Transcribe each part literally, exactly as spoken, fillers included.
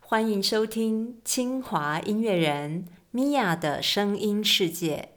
欢迎收听清华音乐人米娅的声音世界。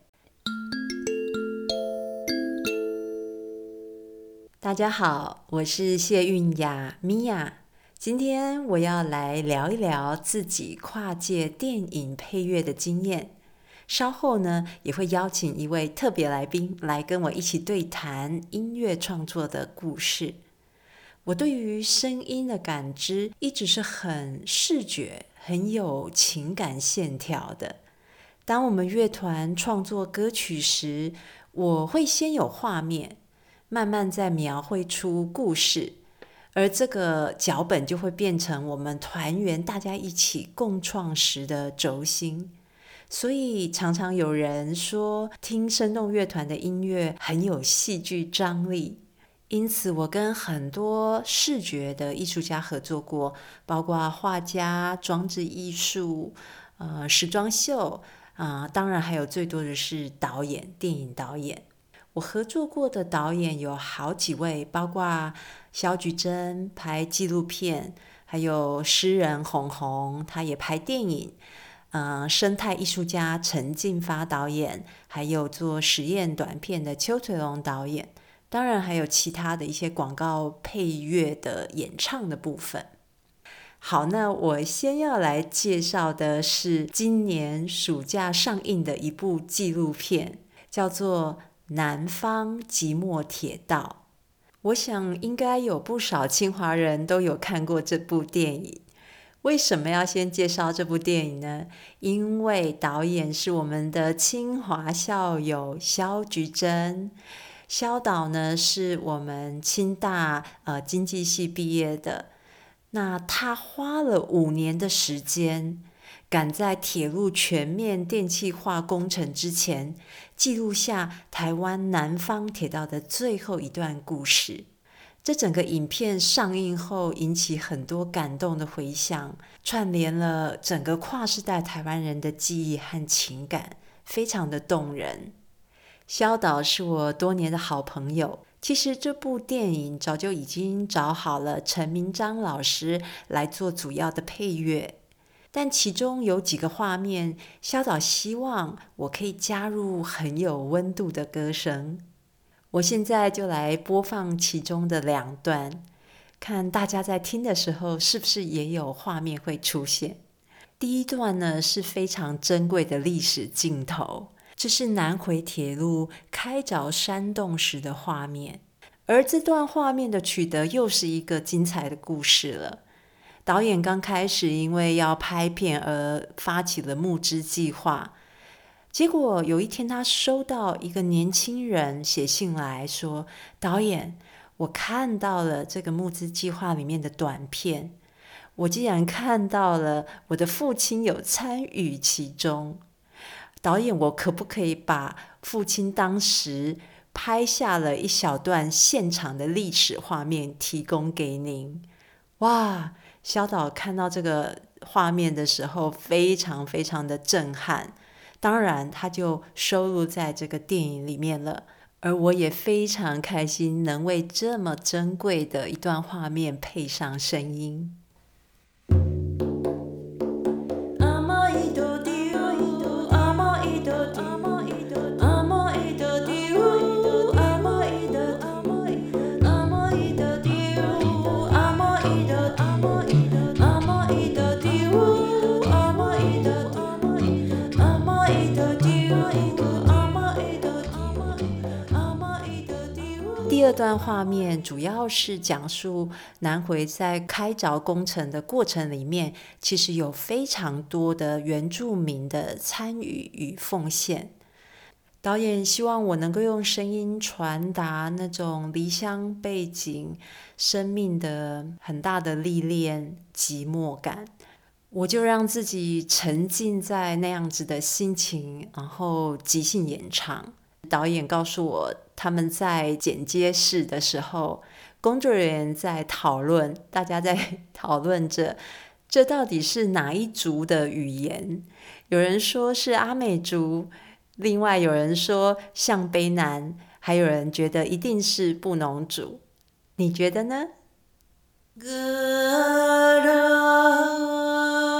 大家好，我是谢韵雅米娅。今天我要来聊一聊自己跨界电影配乐的经验。稍后呢，也会邀请一位特别来宾来跟我一起对谈音乐创作的故事。我对于声音的感知一直是很视觉、很有情感线条的。当我们乐团创作歌曲时，我会先有画面，慢慢再描绘出故事，而这个脚本就会变成我们团员大家一起共创时的轴心。所以常常有人说，听生动乐团的音乐很有戏剧张力。因此我跟很多视觉的艺术家合作过，包括画家、装置艺术、呃、时装秀、呃、当然还有最多的是导演，电影导演。我合作过的导演有好几位，包括萧菊珍拍纪录片，还有诗人红红，他也拍电影。呃，生态艺术家陈进发导演，还有做实验短片的邱垂龙导演，当然还有其他的一些广告配乐的演唱的部分。好，那我先要来介绍的是今年暑假上映的一部纪录片，叫做《南方寂寞铁道》。我想应该有不少清华人都有看过这部电影。为什么要先介绍这部电影呢？因为导演是我们的清华校友萧菊珍。萧导呢是我们清大呃经济系毕业的，那他花了五年的时间，赶在铁路全面电气化工程之前，记录下台湾南方铁道的最后一段故事。这整个影片上映后引起很多感动的回响，串联了整个跨世代台湾人的记忆和情感，非常的动人。萧导是我多年的好朋友，其实这部电影早就已经找好了陈明章老师来做主要的配乐，但其中有几个画面，萧导希望我可以加入很有温度的歌声。我现在就来播放其中的两段，看大家在听的时候是不是也有画面会出现。第一段呢是非常珍贵的历史镜头，这是南回铁路开凿山洞时的画面，而这段画面的取得又是一个精彩的故事了。导演刚开始因为要拍片而发起了募资计划，结果有一天他收到一个年轻人写信来说，导演，我看到了这个募资计划里面的短片，我既然看到了我的父亲有参与其中，导演，我可不可以把父亲当时拍下了一小段现场的历史画面提供给您？哇，萧导看到这个画面的时候非常非常的震撼，当然他就收录在这个电影里面了，而我也非常开心能为这么珍贵的一段画面配上声音。第二段画面主要是讲述南回在开凿工程的过程里面，其实有非常多的原住民的参与与奉献。导演希望我能够用声音传达那种离乡背景、生命的很大的历练、寂寞感。我就让自己沉浸在那样子的心情，然后即兴演唱。导演告诉我，他们在剪接室的时候，工作人员在讨论，大家在讨论着这到底是哪一族的语言。有人说是阿美族，另外有人说像卑南，还有人觉得一定是布农族。你觉得呢？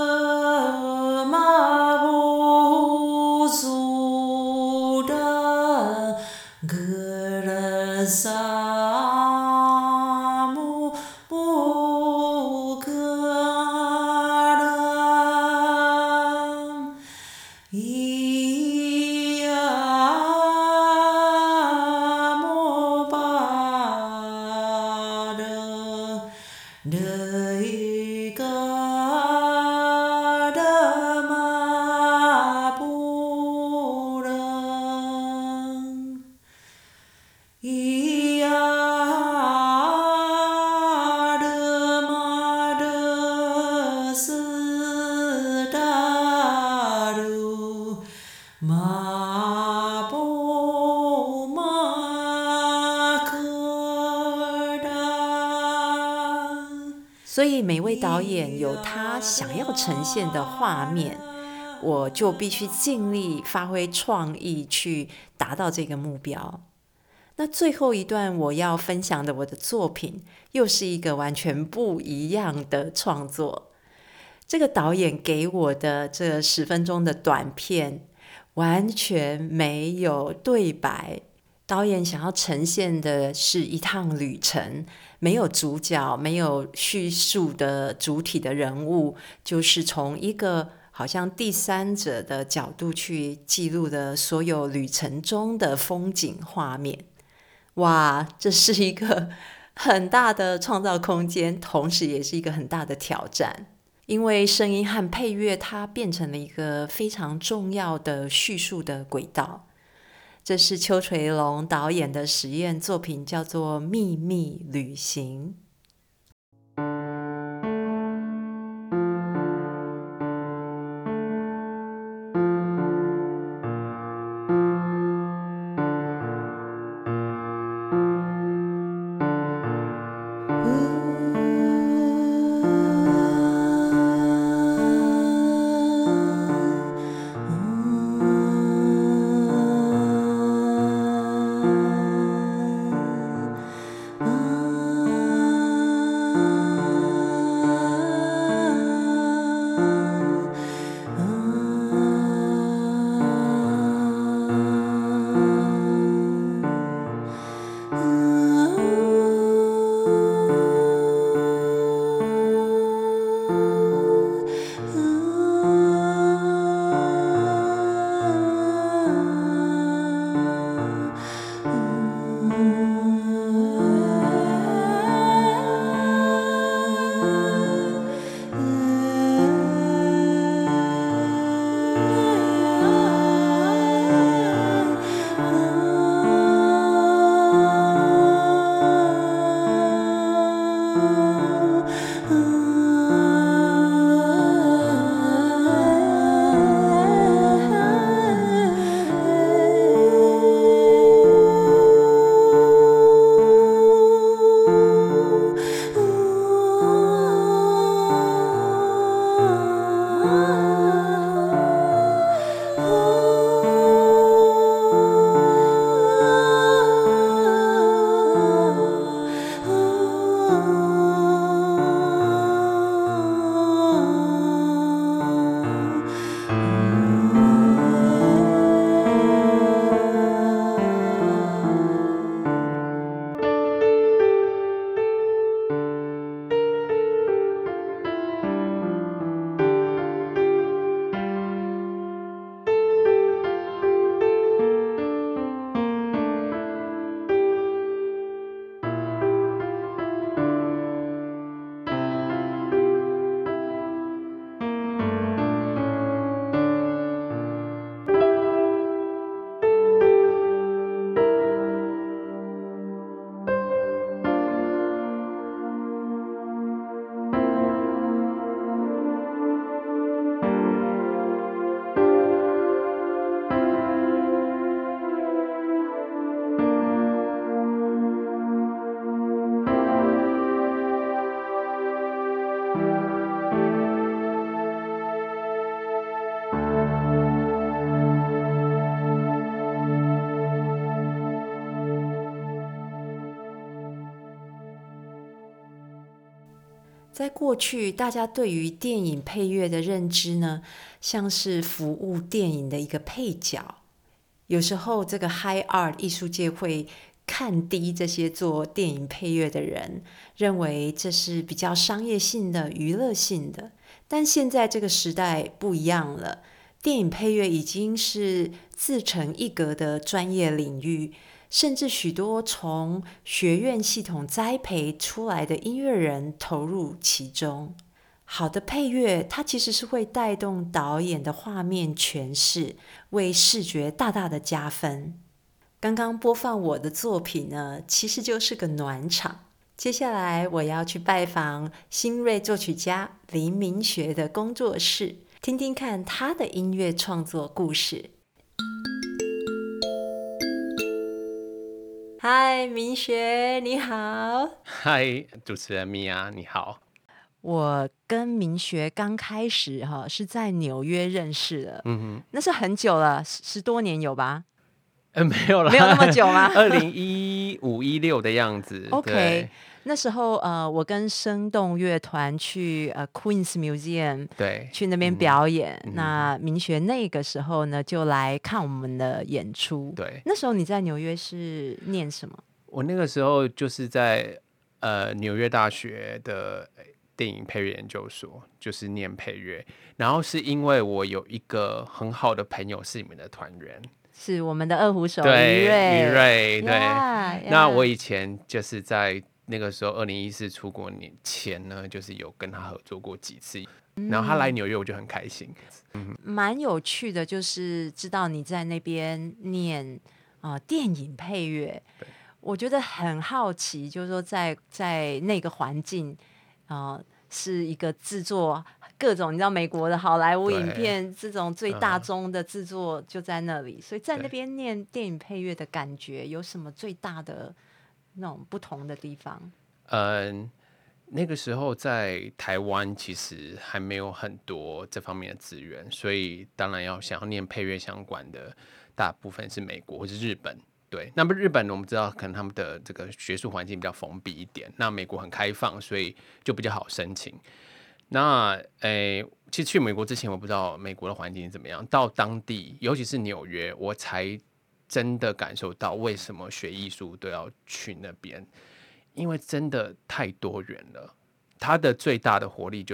所以每位导演有他想要呈现的画面，我就必须尽力发挥创意去达到这个目标。那最后一段我要分享的我的作品，又是一个完全不一样的创作。这个导演给我的这十分钟的短片，完全没有对白。导演想要呈现的是一趟旅程，没有主角，没有叙述的主体的人物，就是从一个好像第三者的角度去记录的所有旅程中的风景画面。哇，这是一个很大的创造空间，同时也是一个很大的挑战。因为声音和配乐它变成了一个非常重要的叙述的轨道。这是邱垂龙导演的实验作品，叫做《秘密旅行》。在过去，大家对于电影配乐的认知呢，像是服务电影的一个配角。有时候，这个 high art 艺术界会看低这些做电影配乐的人，认为这是比较商业性的、娱乐性的。但现在这个时代不一样了，电影配乐已经是自成一格的专业领域。甚至许多从学院系统栽培出来的音乐人投入其中。好的配乐，它其实是会带动导演的画面诠释，为视觉大大的加分。刚刚播放我的作品呢，其实就是个暖场。接下来我要去拜访新锐作曲家林明学的工作室，听听看他的音乐创作故事。嗨，明学，你好。 嗨，主持人米娅，你好。 我跟明学刚开始哈是在纽约认识的，嗯哼，那是很久了，十多年有吧？ 呃，没有啦， 没有那么久吗？ 二零一五一六的样子。 OK， 那时候呃，我跟生动乐团去呃 Queen's Museum， 对， 去那边表演。 嗯、 那明学那个时候呢，就来看我们的演出。 对， 那时候你在纽约是念什么？ 我那个时候就是在呃纽约大学的电影配乐研究所，就是念配乐。然后是因为我有一个很好的朋友是你们的团员。 是我们的二胡手对， 于瑞， 于瑞，对。 Yeah, yeah. 那我以前就是在那个时候，二零一四出国年前呢，就是有跟他合作过几次。嗯、然后他来纽约，我就很开心。 嗯，蛮有趣的，就是知道你在那边念啊、呃、电影配乐，我觉得很好奇，就是说在在那个环境啊、呃，是一个制作。各种你知道美国的好莱坞影片这种最大宗的制作就在那里，所以在那边念电影配乐的感觉有什么最大的那种不同的地方？ 嗯，那个时候在台湾其实还没有很多这方面的资源，所以当然要想要念配乐相关的，大部分是美国或是日本。对，那么日本我们知道可能他们的这个学术环境比较封闭一点，那美国很开放，所以就比较好申请。那诶，其实去美国之前我不知道美国的环境怎么样，到当地尤其是纽约，我才真的感受到为什么学艺术都要去那边，因为真的太多元了。它的最大的活力就是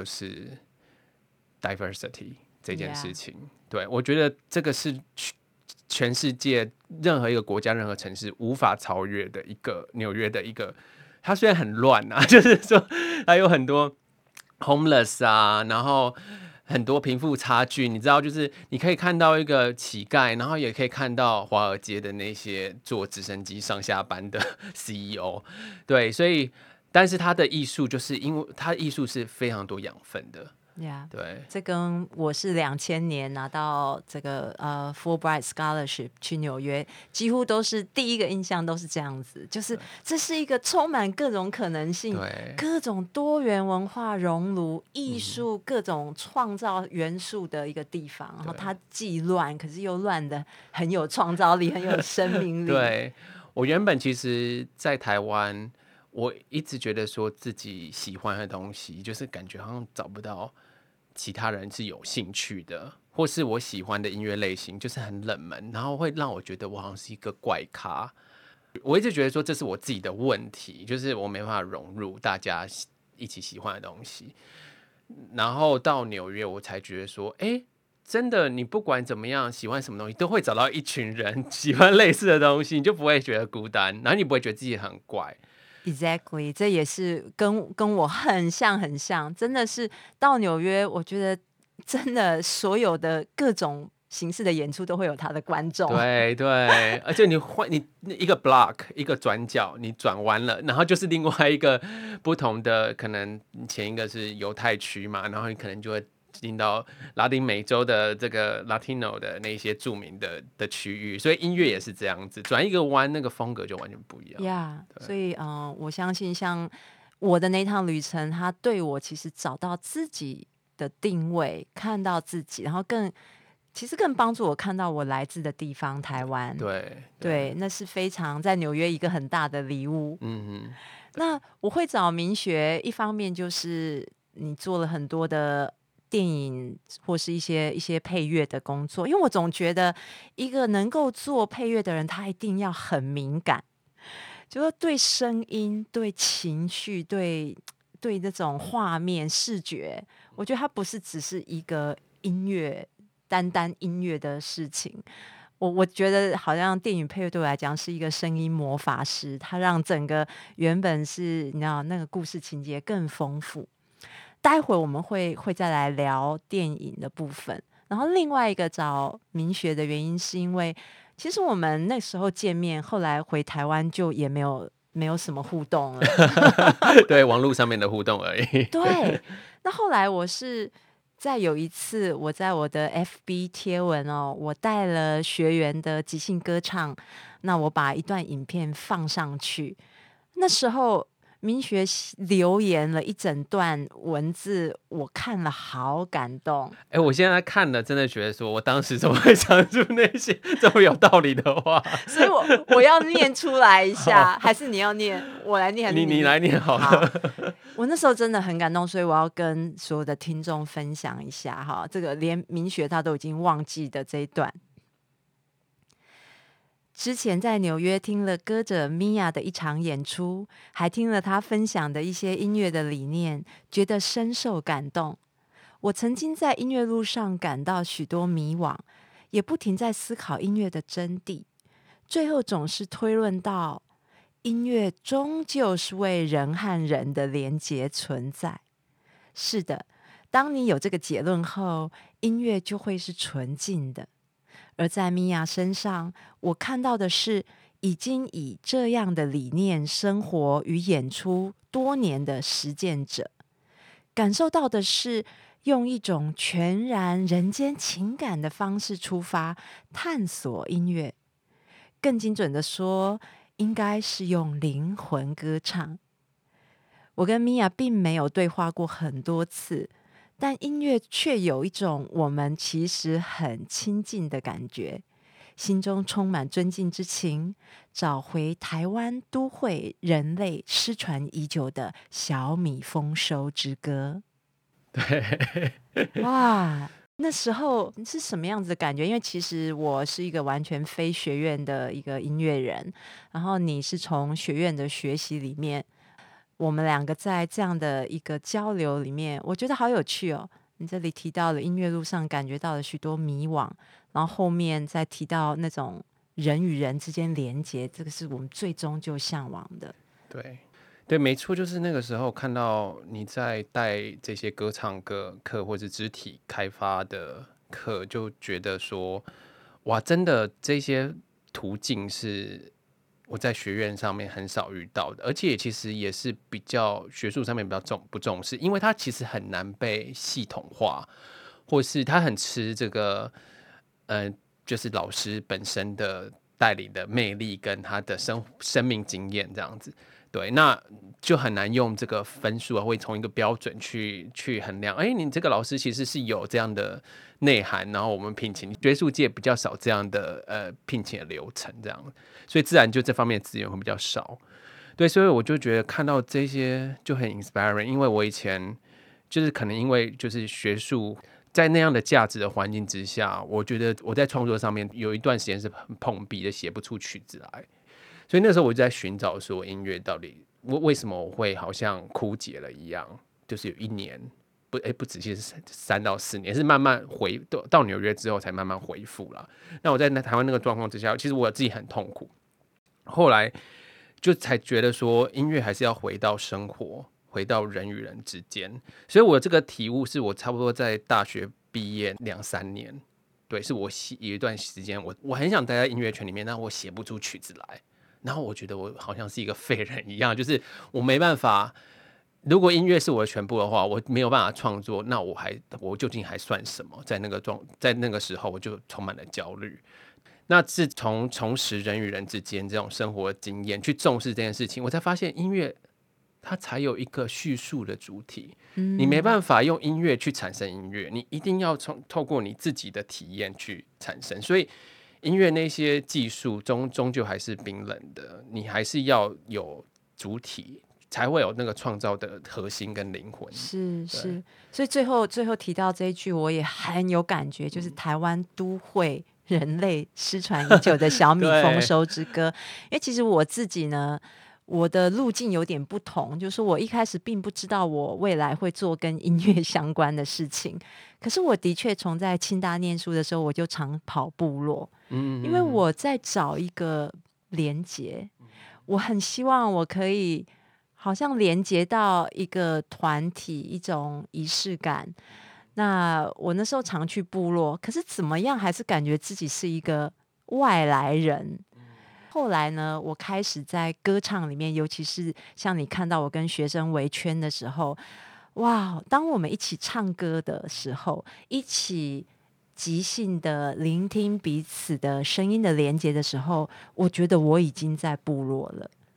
diversity 这件事情。Yeah. 对，我觉得这个是全世界任何一个国家、任何城市无法超越的一个纽约的一个。它虽然很乱啊，就是说还有很多。homeless 啊，然后很多贫富差距，你知道，就是你可以看到一个乞丐，然后也可以看到华尔街的那些坐直升机上下班的 C E O， 对，所以，但是他的艺术就是因为他艺术是非常多养分的。 Yeah, 对， 这跟我是两千年拿到这个呃 Fulbright Scholarship 去纽约，几乎都是第一个印象都是这样子，就是这是一个充满各种可能性、各种多元文化熔炉、艺术、嗯、各种创造元素的一个地方。然后它既乱，可是又乱的很有创造力，很有生命力。 对，我原本其实，在台湾，我一直觉得说自己喜欢的东西，就是感觉好像找不到。其他人是有兴趣的，或是我喜欢的音乐类型就是很冷门，然后会让我觉得我好像是一个怪咖。我一直觉得说这是我自己的问题，就是我没办法融入大家一起喜欢的东西。然后到纽约，我才觉得说，哎，真的，你不管怎么样喜欢什么东西，都会找到一群人喜欢类似的东西，你就不会觉得孤单，然后你不会觉得自己很怪。 Exactly， 这也是跟跟我很像很像，真的是到纽约，我觉得真的所有的各种形式的演出都会有他的观众。 对对，而且你换你一个 block 一个转角，你转弯了，然后就是另外一个不同的，可能前一个是犹太区嘛，然后你可能就会。进到拉丁美洲的这个 Latino 的那些著名的的区域，所以音乐也是这样子，转一个弯，那个风格就完全不一样。 Yeah， 所以嗯、呃，我相信像我的那趟旅程，它对我其实找到自己的定位，看到自己，然后更其实更帮助我看到我来自的地方台湾。 对对, 对，那是非常在纽约一个很大的礼物。嗯哼，那我会找明学，一方面就是你做了很多的。电影或是一些一些配乐的工作，因为我总觉得一个能够做配乐的人，他一定要很敏感，就是对声音、对情绪、对对这种画面、视觉，我觉得它不是只是一个音乐单单音乐的事情。我我觉得好像电影配乐对我来讲是一个声音魔法师，它让整个原本是你知道那个故事情节更丰富。待会我们会会再来聊电影的部分，然后另外一个找明学的原因是因为，其实我们那时候见面，后来回台湾就也没有没有什么互动了， 对，网络上面的互动而已。 对，那后来我是在有一次我在我的 F B 贴文哦，我带了学员的即兴歌唱，那我把一段影片放上去，那时候。 明学留言了一整段文字，我看了好感动。 哎、欸，我现在看了，真的觉得说，我当时怎么会讲出那些这么有道理的话？ 所以我我要念出来一下，还是你要念？我来念还是你你念？ 你来念好了。 好，我那时候真的很感动，所以我要跟所有的听众分享一下哈，这个连明学他都已经忘记的这一段。之前在纽约听了歌者 Mia 的一场演出，还听了她分享的一些音乐的理念，觉得深受感动。我曾经在音乐路上感到许多迷惘，也不停在思考音乐的真谛，最后总是推论到，音乐终究是为人和人的连结存在。是的，当你有这个结论后，音乐就会是纯净的。而在米娅身上，我看到的是已经以这样的理念生活与演出多年的实践者，感受到的是用一种全然人间情感的方式出发，探索音乐。更精准的说，应该是用灵魂歌唱。我跟米娅并没有对话过很多次，但音乐却有一种我们其实很亲近的感觉，心中充满尊敬之情，找回台湾都会人类失传已久的小米丰收之歌。 对， 哇，那时候是什么样子的感觉？因为其实我是一个完全非学院的一个音乐人，然后你是从学院的学习里面，我们两个在这样的一个交流里面，我觉得好有趣哦。你这里提到了音乐路上感觉到了许多迷惘，然后后面再提到那种人与人之间连结，这个是我们最终就向往的。 对对，没错，就是那个时候看到你在带这些歌唱歌课或是肢体开发的课，就觉得说，哇，真的这些途径是我在学院上面很少遇到的，而且其实也是比较学术上面比较重不重视，因为它其实很难被系统化，或是它很吃这个，呃，就是老师本身的带领的魅力跟他的生生命经验这样子。对，那就很难用这个分数啊，会从一个标准去去衡量。哎，你这个老师其实是有这样的内涵，然后我们聘请学术界比较少这样的呃聘请的流程，这样，所以自然就这方面的资源会比较少。对，所以我就觉得看到这些就很 inspiring， 因为我以前就是可能因为就是学术在那样的价值的环境之下，我觉得我在创作上面有一段时间是很碰壁的，写不出曲子来。所以那时候我就在寻找说音乐到底为什么我会好像枯竭了一样，就是有一年不哎、欸、不止，其实是三到四年，是慢慢回到纽约之后才慢慢恢复了。那我在台湾那个状况之下，其实我自己很痛苦，后来就才觉得说音乐还是要回到生活，回到人与人之间。所以我这个体悟是我差不多在大学毕业两三年，对，是我有一段时间我我很想待在音乐圈里面，但我写不出曲子来。然后我觉得我好像是一个废人一样，就是我没办法。如果音乐是我的全部的话，我没有办法创作，那我还我究竟还算什么？在那个状，在那个时候，我就充满了焦虑。那自从重拾人与人之间这种生活经验，去重视这件事情，我才发现音乐它才有一个叙述的主体。嗯、你没办法用音乐去产生音乐，你一定要从透过你自己的体验去产生。所以音乐那些技术终终究还是冰冷的，你还是要有主体，才会有那个创造的核心跟灵魂。 是是，所以最后最后提到这一句，我也很有感觉，就是台湾都会人类失传已久的小米丰收之歌。因为其实我自己呢，我的路径有点不同，就是我一开始并不知道我未来会做跟音乐相关的事情，可是我的确从在清大念书的时候，我就常跑部落，嗯，因为我在找一个连结，我很希望我可以好像连接到一个团体，一种仪式感。那我那时候常去部落，可是怎么样还是感觉自己是一个外来人。后来呢，我开始在歌唱里面，尤其是像你看到我跟学生围圈的时候，哇，当我们一起唱歌的时候，一起即兴的聆听彼此的声音的连接的时候，我觉得我已经在部落了。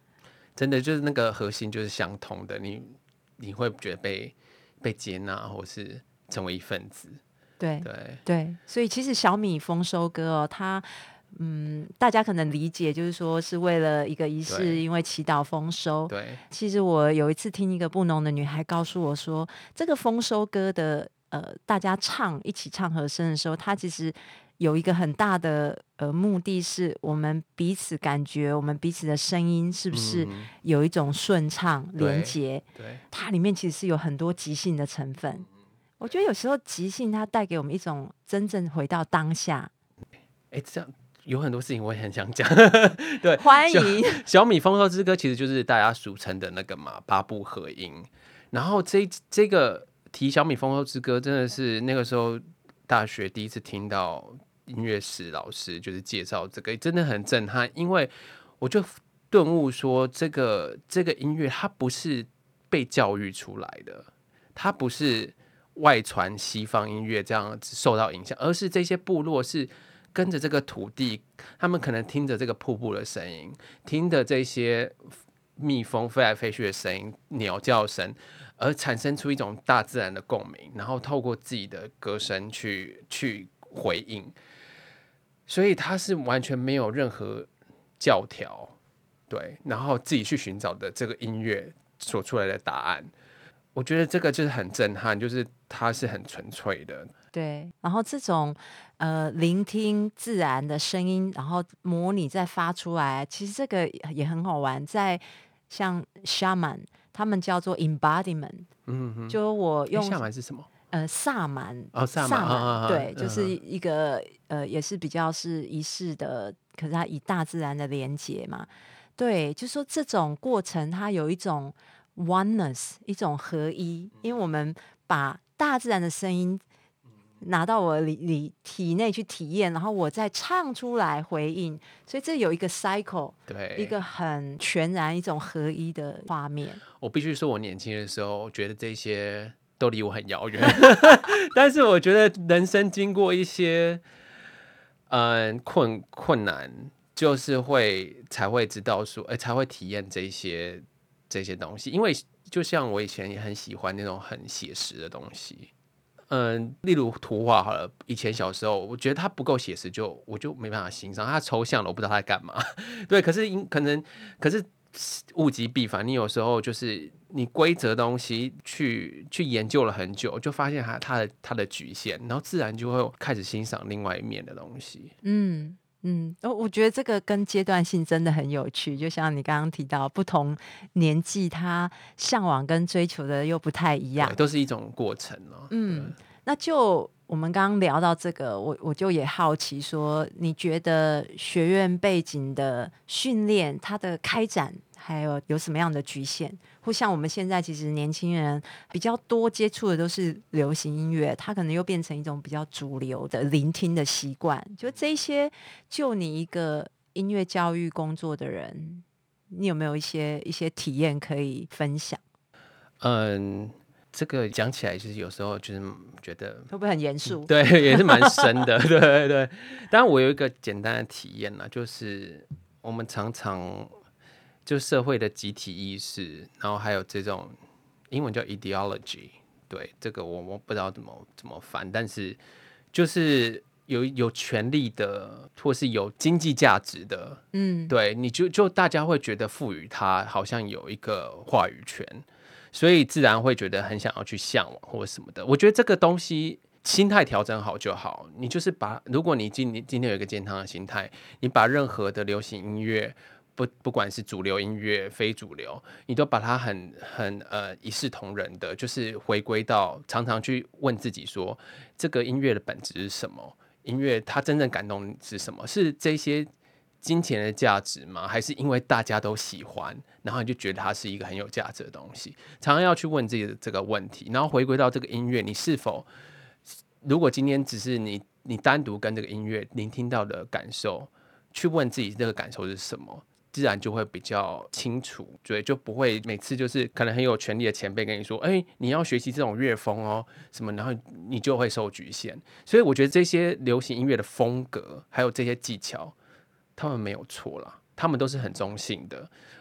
真的就是那个核心就是相同的，你你会觉得被被接纳，或是成为一份子。 对对对，所以其实小米丰收歌哦，它嗯，大家可能理解就是说是为了一个仪式，因为祈祷丰收。 对， 其实我有一次听一个布农的女孩告诉我说，这个丰收歌的呃，大家唱一起唱和声的时候，它其实有一个很大的呃目的是，我们彼此感觉我们彼此的声音是不是有一种顺畅连接？ 对， 它里面其实是有很多即兴的成分。我觉得有时候即兴它带给我们一种真正回到当下。 哎，这样有很多事情我也很想讲。对， 欢迎。 小, 小米丰收之歌其实就是大家俗称的那个嘛八部合音。然后这这个提小米丰收之歌，真的是那个时候大学第一次听到音乐史老师就是介绍这个，真的很震撼。因为我就顿悟说，这个这个音乐它不是被教育出来的，它不是外传西方音乐这样子受到影响，而是这些部落是跟着这个土地，他们可能听着这个瀑布的声音，听着这些蜜蜂飞来飞去的声音，鸟叫声，而产生出一种大自然的共鸣，然后透过自己的歌声去去回应，所以它是完全没有任何教条，对，然后自己去寻找的这个音乐所出来的答案。我觉得这个就是很震撼，就是它是很纯粹的。 对，然后这种呃聆听自然的声音，然后模拟再发出来，其实这个也很好玩。在像 shaman 他们叫做 embodiment， 嗯哼， 就我用夏满是什么？ 呃萨满哦，萨满，啊、 对， 啊、 就是一个呃也是比较是仪式的，可是它以大自然的连结嘛。对，就说这种过程它有一种 oneness， 一种合一，因为我们把大自然的声音拿到我里里体内去体验，然后我再唱出来回应，所以这有一个 cycle， 对， 一个很全然一种合一的画面。 我必须说，我年轻的时候觉得这些都离我很遥远，但是我觉得人生经过一些嗯困困难，就是会才会知道说，哎、欸，才会体验这些这些东西。因为就像我以前也很喜欢那种很写实的东西。嗯，例如图画好了，以前小时候我觉得它不够写实，就我就没办法欣赏它抽象了，我不知道它在干嘛。对，可是可能可是物极必反，你有时候就是你规则东西去去研究了很久，就发现它它的它的局限，然后自然就会开始欣赏另外一面的东西。 嗯。嗯，我觉得这个跟阶段性真的很有趣，就像你刚刚提到，不同年纪他向往跟追求的又不太一样， 都是一种过程哦。 嗯，那就我们刚刚聊到这个，我我就也好奇说，你觉得学院背景的训练，它的开展还有有什么样的局限？或像我们现在其实年轻人比较多接触的都是流行音乐，它可能又变成一种比较主流的聆听的习惯。就这些，就你一个音乐教育工作的人，你有没有一些一些体验可以分享？ 嗯，这个讲起来就是有时候就是觉得会不会很严肃？ 对，也是蛮深的。对对对，当然我有一个简单的体验啦，就是我们常常就社会的集体意识，然后还有这种英文叫 ideology， 对，这个我我不知道怎么怎么翻，但是就是有有权力的，或是有经济价值的，嗯，对，你就就大家会觉得赋予他好像有一个话语权，所以自然会觉得很想要去向往或者什么的。我觉得这个东西心态调整好就好，你就是把，如果你今今天有一个健康的心态，你把任何的流行音乐，不不管是主流音乐、非主流，你都把它很很呃一视同仁的，就是回归到常常去问自己说，这个音乐的本质是什么？音乐它真正感动是什么？是这些金钱的价值吗？还是因为大家都喜欢，然后你就觉得它是一个很有价值的东西？常常要去问自己的这个问题，然后回归到这个音乐，你是否，如果今天只是你你单独跟这个音乐聆听到的感受，去问自己这个感受是什么，自然就会比较清楚，对，就不会每次就是可能很有权力的前辈跟你说，哎、欸，你要学习这种乐风哦，什么，然后你就会受局限。所以我觉得这些流行音乐的风格，还有这些技巧，他们没有错啦，他们都是很中性的。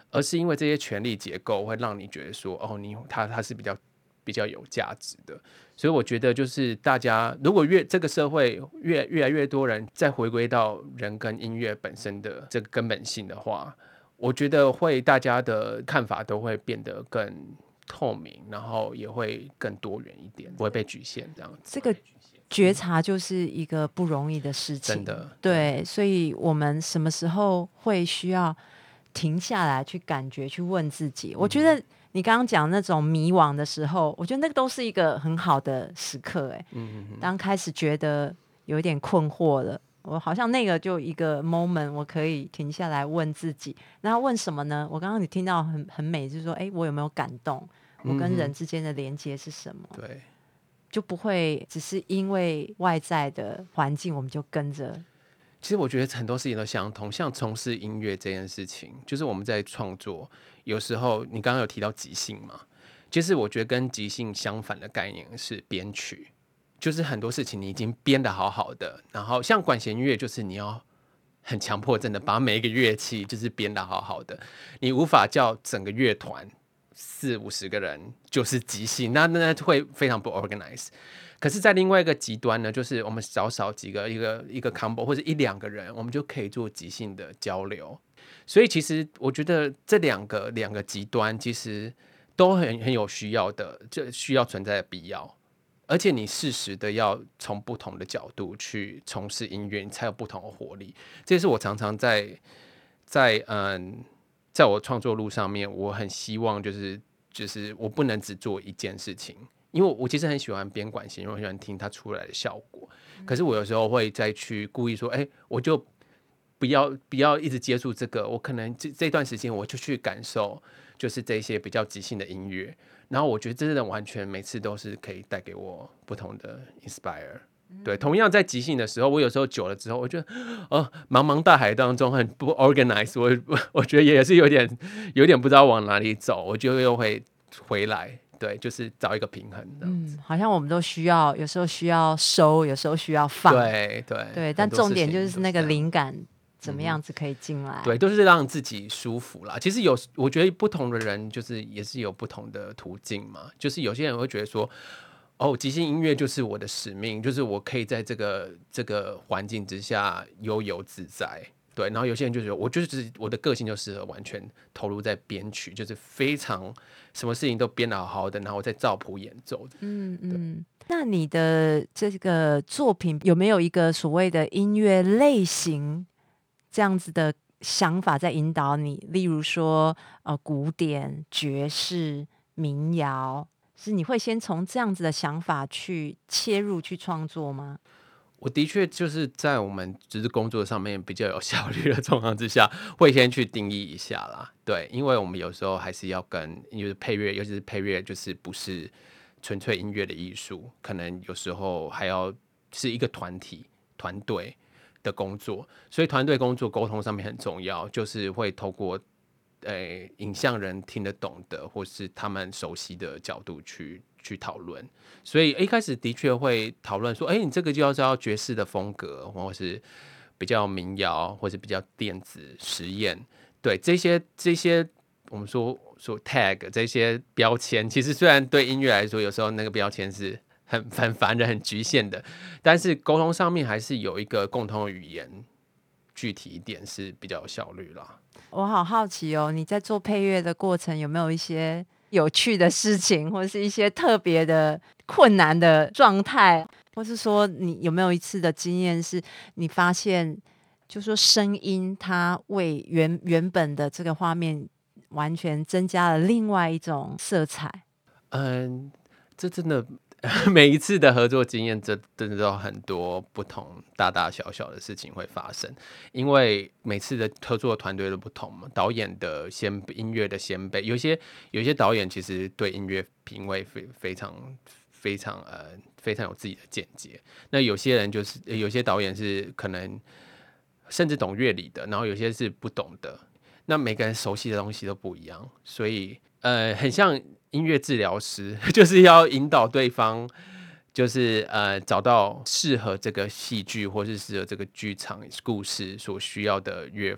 而是因为这些权力结构会让你觉得说，哦，你他他是比较比较有价值的。所以我觉得就是大家如果越这个社会越越来越多人再回归到人跟音乐本身的这个根本性的话，我觉得会大家的看法都会变得更透明，然后也会更多元一点，不会被局限这样子。 这个觉察就是一个不容易的事情， 真的。 对，所以我们什么时候会需要停下来去感觉，去问自己？我觉得你刚刚讲那种迷惘的时候，我觉得那个都是一个很好的时刻。哎，嗯嗯，当开始觉得有点困惑了，我好像那个就一个 moment， 我可以停下来问自己。那问什么呢？我刚刚你听到很很美，就是说，哎，我有没有感动？我跟人之间的连接是什么？ 嗯、对， 就不会只是因为外在的环境，我们就跟着。 其实我觉得很多事情都相同，像从事音乐这件事情，就是我们在创作，有时候你刚刚有提到即兴嘛，其实我觉得跟即兴相反的概念是编曲，就是很多事情你已经编得好好的，然后像管弦乐，就是你要很强迫症的把每一个乐器就是编得好好的，你无法叫整个乐团四五十个人就是即兴，那那会非常不 organize。可是，在另外一个极端呢，就是我们少少几个一个一个 combo 或者一两个人，我们就可以做即兴的交流。所以，其实我觉得这两个两个极端其实都很很有需要的，这需要存在的必要。而且，你适时的要从不同的角度去从事音乐，你才有不同的活力。这也是我常常在在嗯，在我创作路上面，我很希望就是就是我不能只做一件事情。因为我其实很喜欢编管弦，因为我很喜欢听它出来的效果。可是我有时候会再去故意说，哎、欸，我就不要不要一直接触这个，我可能 这, 这段时间我就去感受，就是这些比较即兴的音乐。然后我觉得真的完全每次都是可以带给我不同的 inspire。对，同样在即兴的时候，我有时候久了之后，我觉得哦，茫茫大海当中很不 organize， 我我觉得也是有点有点不知道往哪里走，我就又会回来。对，就是找一个平衡。 嗯，好像我们都需要，有时候需要收，有时候需要放。 对对对，但重点就是那个灵感怎么样子可以进来。 嗯、对，都是让自己舒服啦。其实有，我觉得不同的人就是也是有不同的途径嘛。就是有些人会觉得说，哦，即兴音乐就是我的使命，就是我可以在这个这个环境之下悠游自在。对，然后有些人就觉得我就是我的个性就适合完全投入在编曲，就是非常什么事情都编得好好的，然后再照谱演奏。 嗯嗯，那你的这个作品有没有一个所谓的音乐类型这样子的想法在引导你？例如说，呃，古典、爵士、民谣，是你会先从这样子的想法去切入去创作吗？ 我的确就是在我们只是工作上面比较有效率的状况之下，会先去定义一下啦。对，因为我们有时候还是要跟，因为配乐，尤其是配乐，就是不是纯粹音乐的艺术，可能有时候还要是一个团体、团队的工作，所以团队工作沟通上面很重要，就是会透过呃影像人听得懂的，或是他们熟悉的角度去。去讨论，所以一开始的确会讨论说，哎、欸，你这个就要知道爵士的风格，或是比较民谣，或是比较电子实验，对这些这些我们说说 tag 这些标签，其实虽然对音乐来说，有时候那个标签是很很烦人、很局限的，但是沟通上面还是有一个共同的语言，具体一点是比较有效率啦。 我好好奇哦，你在做配乐的过程有没有一些有趣的事情，或是一些特别的困难的状态，或是说你有没有一次的经验是你发现就是说声音它为 原, 原本的这个画面完全增加了另外一种色彩？ 嗯，这真的每一次的合作经验，真的都有很多不同大大小小的事情会发生，因为每次的合作团队都不同嘛，导演的先音乐的先辈，有些有些导演其实对音乐品味非非常非常呃非常有自己的见解，那有些人就是有些导演是可能甚至懂乐理的，然后有些是不懂的，那每个人熟悉的东西都不一样，所以呃很像音乐治疗师，就是要引导对方，就是呃找到适合这个戏剧或是适合这个剧场故事所需要的乐风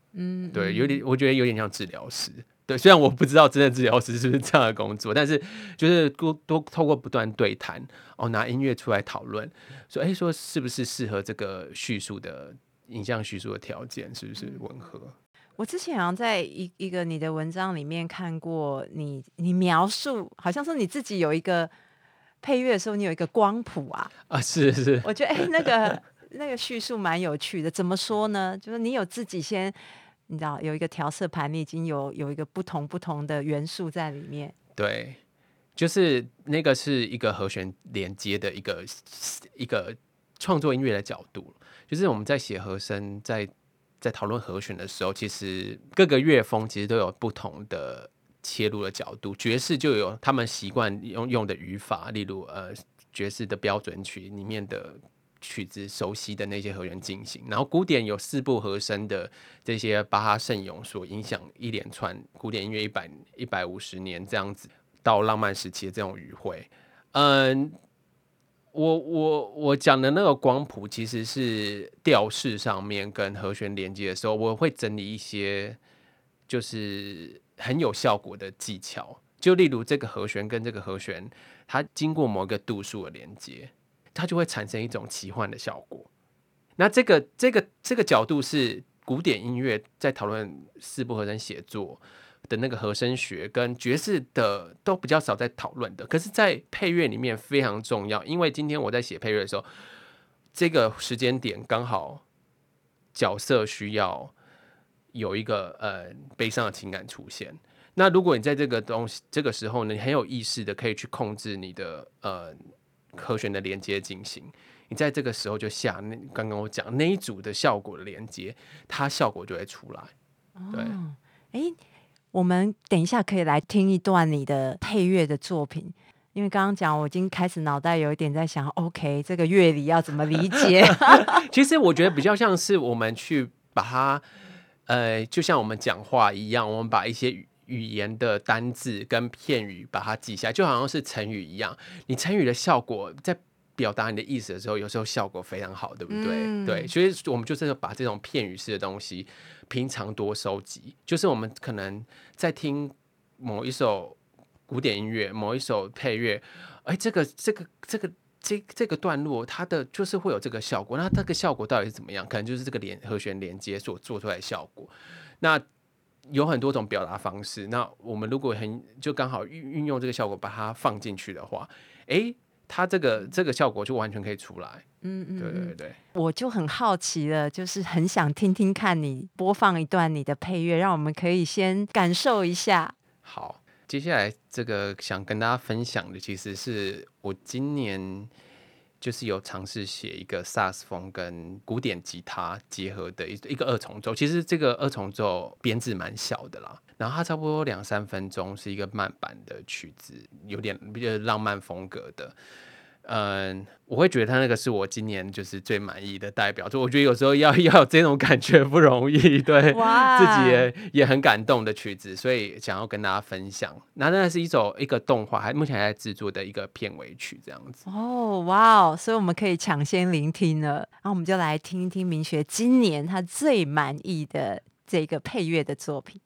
嗯，对，有点，我觉得有点像治疗师。对，虽然我不知道真的治疗师是不是这样的工作，但是就是多多透过不断对谈，哦，拿音乐出来讨论，说，哎，说是不是适合这个叙述的影像叙述的条件，是不是吻合？ 我之前好像在一一个你的文章里面看过你，你描述好像说你自己有一个配乐的时候，你有一个光谱啊。 啊，是是， 我觉得哎、欸，那个那个叙述蛮有趣的。怎么说呢？就是你有自己先。你知道有一个调色盘，你已经有有一个不同不同的元素在里面。 对，就是那个是一个和弦连接的一个一个创作音乐的角度。就是我们在写和声，在在讨论和弦的时候，其实各个乐风其实都有不同的切入的角度。爵士就有他们习惯用用的语法，例如呃爵士的标准曲里面的曲子熟悉的那些和弦进行，然后古典有四部和声的这些巴哈圣咏所影响一连串古典音乐一百一百五十年这样子到浪漫时期的这种语汇。嗯，我我我讲的那个光谱其实是调式上面跟和弦连接的时候，我会整理一些就是很有效果的技巧，就例如这个和弦跟这个和弦，它经过某一个度数的连接。它就会产生一种奇幻的效果。那这个这个这个角度是古典音乐在讨论四部和声写作的那个和声学，跟爵士的都比较少在讨论的。可是，在配乐里面非常重要，因为今天我在写配乐的时候，这个时间点刚好角色需要有一个呃悲伤的情感出现。那如果你在这个东西这个时候呢，你很有意识的可以去控制你的呃。和弦的连接进行，你在这个时候就下那刚刚我讲那一组的效果的连接，它效果就会出来。对， 哦，欸，我们等一下可以来听一段你的配乐的作品，因为刚刚讲我已经开始脑袋有一点在想 ，OK， 这个乐理要怎么理解？ 其实我觉得比较像是我们去把它，呃，就像我们讲话一样，我们把一些语言的单字跟片语把它记下来，就好像是成语一样。你成语的效果在表达你的意思的时候，有时候效果非常好，对不对？嗯、对，所以我们就是把这种片语式的东西平常多收集。就是我们可能在听某一首古典音乐、某一首配乐，哎，这个这个这个这这个段落，它的就是会有这个效果。那这个效果到底是怎么样？可能就是这个连和弦连接所做出来的效果。那有很多种表达方式，那我们如果很就刚好运用这个效果把它放进去的话，哎，它这个这个效果就完全可以出来。嗯嗯，对对对。 我就很好奇了，就是很想听听看你播放一段你的配乐，让我们可以先感受一下。 好，接下来这个想跟大家分享的，其实是我今年就是有尝试写一个萨克斯风跟古典吉他结合的一个二重奏。其实这个二重奏编制蛮小的啦，然后它差不多两三分钟，是一个慢板的曲子，有点比较浪漫风格的。嗯，我会觉得他那个是我今年就是最满意的代表作。我觉得有时候要要有这种感觉不容易，对，自己也也很感动的曲子，所以想要跟大家分享。那那是一首一个动画，还目前还在制作的一个片尾曲，这样子。 哦，哇哦！所以我们可以抢先聆听了，然后我们就来听一听明学今年他最满意的这个配乐的作品。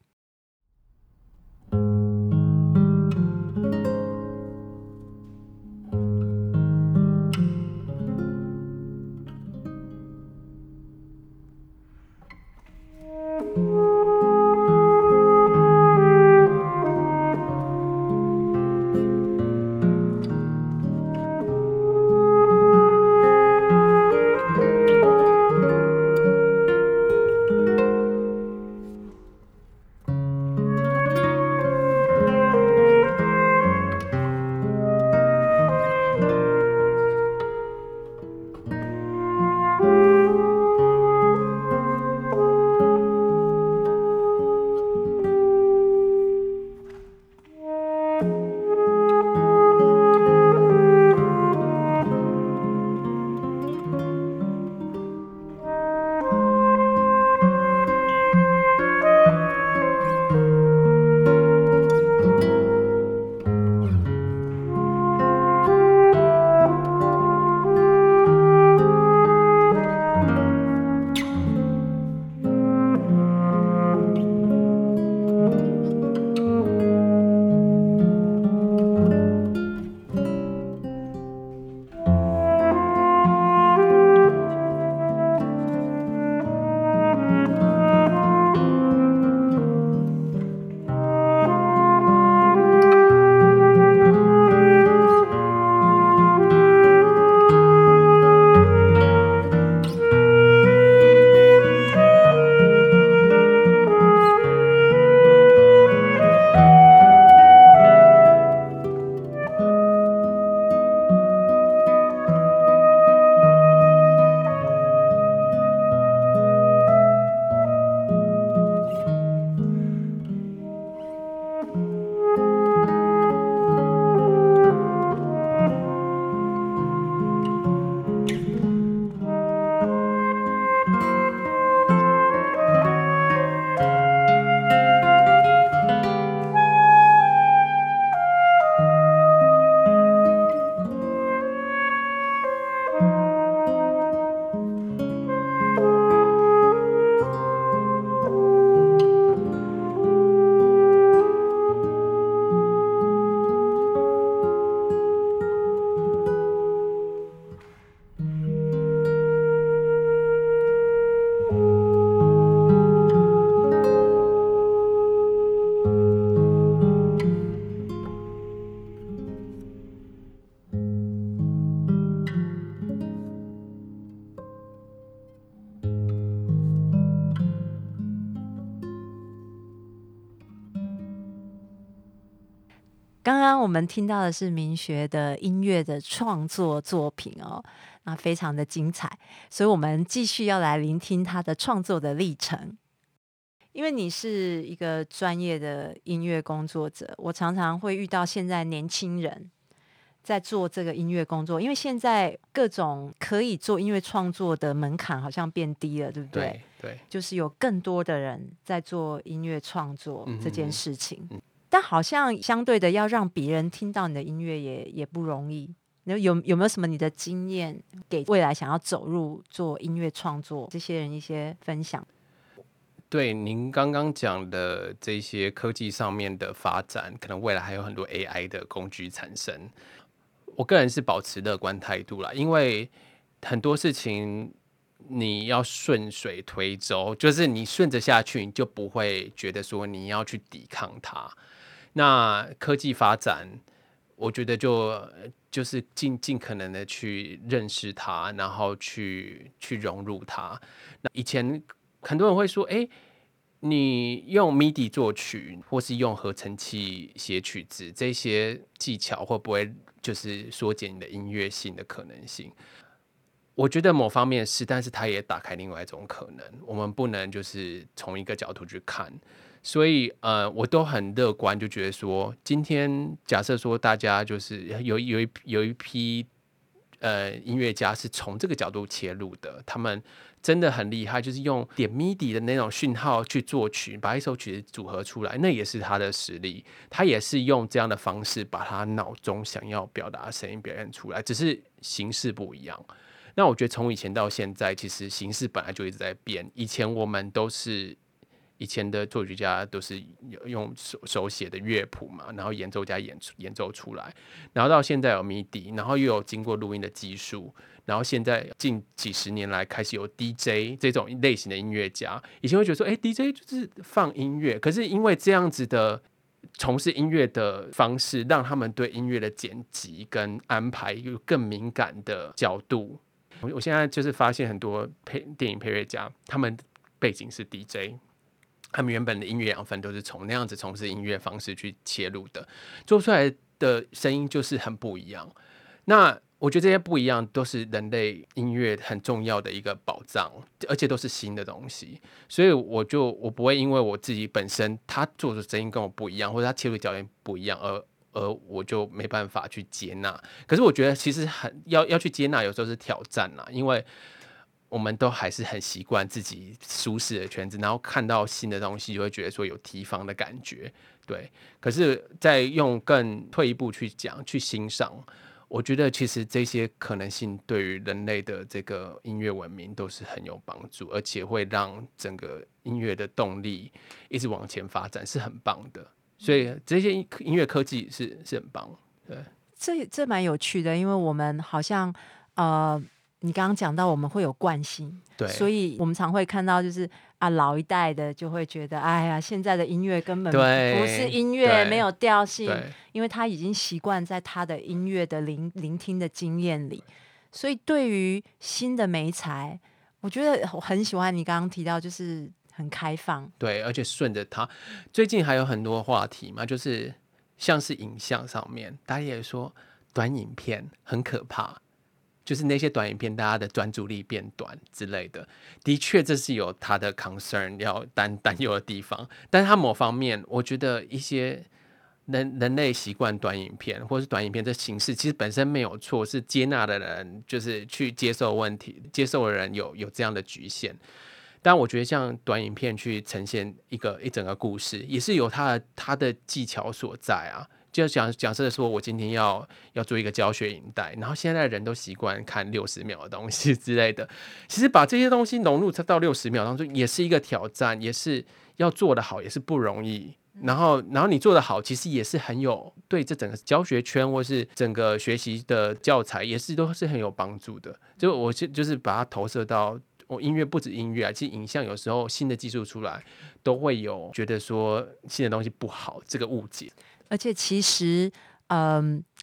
刚刚我们听到的是明学的音乐的创作作品哦，那非常的精彩，所以我们继续要来聆听他的创作的历程。因为你是一个专业的音乐工作者，我常常会遇到现在年轻人在做这个音乐工作，因为现在各种可以做音乐创作的门槛好像变低了，对不对？ 对对， 就是有更多的人在做音乐创作这件事情， 嗯嗯但好像相对的要让别人听到你的音乐也也不容易。有有没有什么你的经验给未来想要走入做音乐创作这些人一些分享？ 对，您刚刚讲的这些科技上面的发展，可能未来还有很多 A I 的工具产生。我个人是保持乐观态度啦，因为很多事情你要顺水推舟，就是你顺着下去，你就不会觉得说你要去抵抗它。那科技发展，我觉得就就是尽尽可能的去认识它，然后去去融入它。那以前很多人会说，哎，你用 M I D I 作曲，或是用合成器写曲子，这些技巧会不会就是缩减你的音乐性的可能性？我觉得某方面是，但是它也打开另外一种可能。我们不能就是从一个角度去看，所以呃，我都很乐观，就觉得说，今天假设说大家就是有有一有一批呃音乐家是从这个角度切入的，他们真的很厉害，就是用点 M I D I 的那种讯号去作曲，把一首曲子组合出来，那也是他的实力。他也是用这样的方式把他脑中想要表达的声音表现出来，只是形式不一样。那我觉得从以前到现在，其实形式本来就一直在变。以前我们都是以前的作曲家都是用手手写的乐谱嘛，然后演奏家演演奏出来，然后到现在有 M I D I， 然后又有经过录音的技术，然后现在近几十年来开始有 D J 这种类型的音乐家。以前会觉得说，哎 ，D J 就是放音乐，可是因为这样子的从事音乐的方式，让他们对音乐的剪辑跟安排有更敏感的角度。我现在就是发现很多配电影配乐家，他们背景是 D J， 他们原本的音乐养分都是从那样子从事音乐方式去切入的，做出来的声音就是很不一样。那我觉得这些不一样都是人类音乐很重要的一个宝藏，而且都是新的东西，所以我就我不会因为我自己本身他做的声音跟我不一样，或者他切入角度不一样而而我就没办法去接纳。可是我觉得其实很要要去接纳，有时候是挑战啦，因为我们都还是很习惯自己舒适的圈子，然后看到新的东西就会觉得说有提防的感觉，对。可是再用更退一步去讲，去欣赏，我觉得其实这些可能性对于人类的这个音乐文明都是很有帮助，而且会让整个音乐的动力一直往前发展，是很棒的。所以这些音乐科技是是很棒，对， 这这蛮有趣的，因为我们好像呃，你刚刚讲到我们会有惯性， 对， 所以我们常会看到就是啊，老一代的就会觉得，哎呀，现在的音乐根本不是音乐，没有调性，因为他已经习惯在他的音乐的聆聆听的经验里，所以对于新的媒材，我觉得我很喜欢你刚刚提到，就是很开放， 对，而且顺着它。最近还有很多话题嘛，就是像是影像上面，大家也说短影片很可怕，就是那些短影片大家的专注力变短之类的。的确，这是有他的 concern 要担担忧的地方，但是他某方面，我觉得一些人人类习惯短影片，或是短影片这形式，其实本身没有错，是接纳的人就是去接受问题，接受的人有有这样的局限。但我觉得像短影片去呈现一个一整个故事，也是有它的它的技巧所在啊。就讲假设说，我今天要要做一个教学影带，然后现在的人都习惯看六十秒的东西之类的，其实把这些东西融入到六十秒当中，也是一个挑战，也是要做得好，也是不容易。然后，然后你做得好，其实也是很有对这整个教学圈或是整个学习的教材，也是都是很有帮助的。就我就是把它投射到。我音乐不止音乐啊，其实影像有时候新的技术出来，都会有觉得说新的东西不好这个误解。 而且其实，嗯，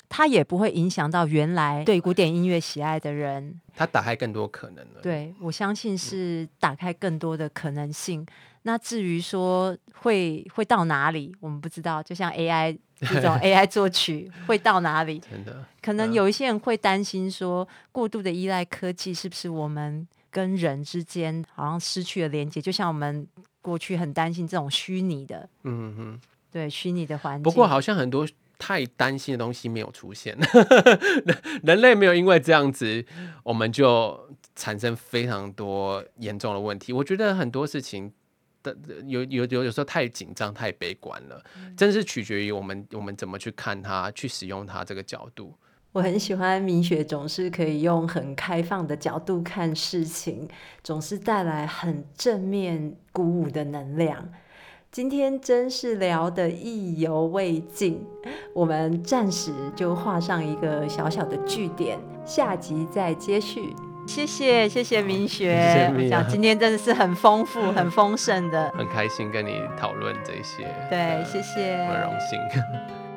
它也不会影响到原来对古典音乐喜爱的人。 它打开更多可能了。 对，我相信是打开更多的可能性。那至于说会会到哪里，我们不知道。就像 A I 这种 A I 作曲会到哪里？ 真的， 可能有一些人会担心说，过度的依赖科技是不是我们跟人之间好像失去了连接？就像我们过去很担心这种虚拟的， 嗯哼， 对虚拟的环境。 不过好像很多太担心的东西没有出现，人类没有因为这样子，我们就产生非常多严重的问题。我觉得很多事情有有有有时候太紧张、太悲观了，真是取决于我们我们怎么去看它、去使用它这个角度。 我很喜欢明学总是可以用很开放的角度看事情，总是带来很正面鼓舞的能量。今天真是聊得意犹未尽，我们暂时就画上一个小小的句点，下集再接续。谢谢谢谢明学，我想今天真的是很丰富很丰盛的， 很开心跟你讨论这些。 对，谢谢， 很荣幸。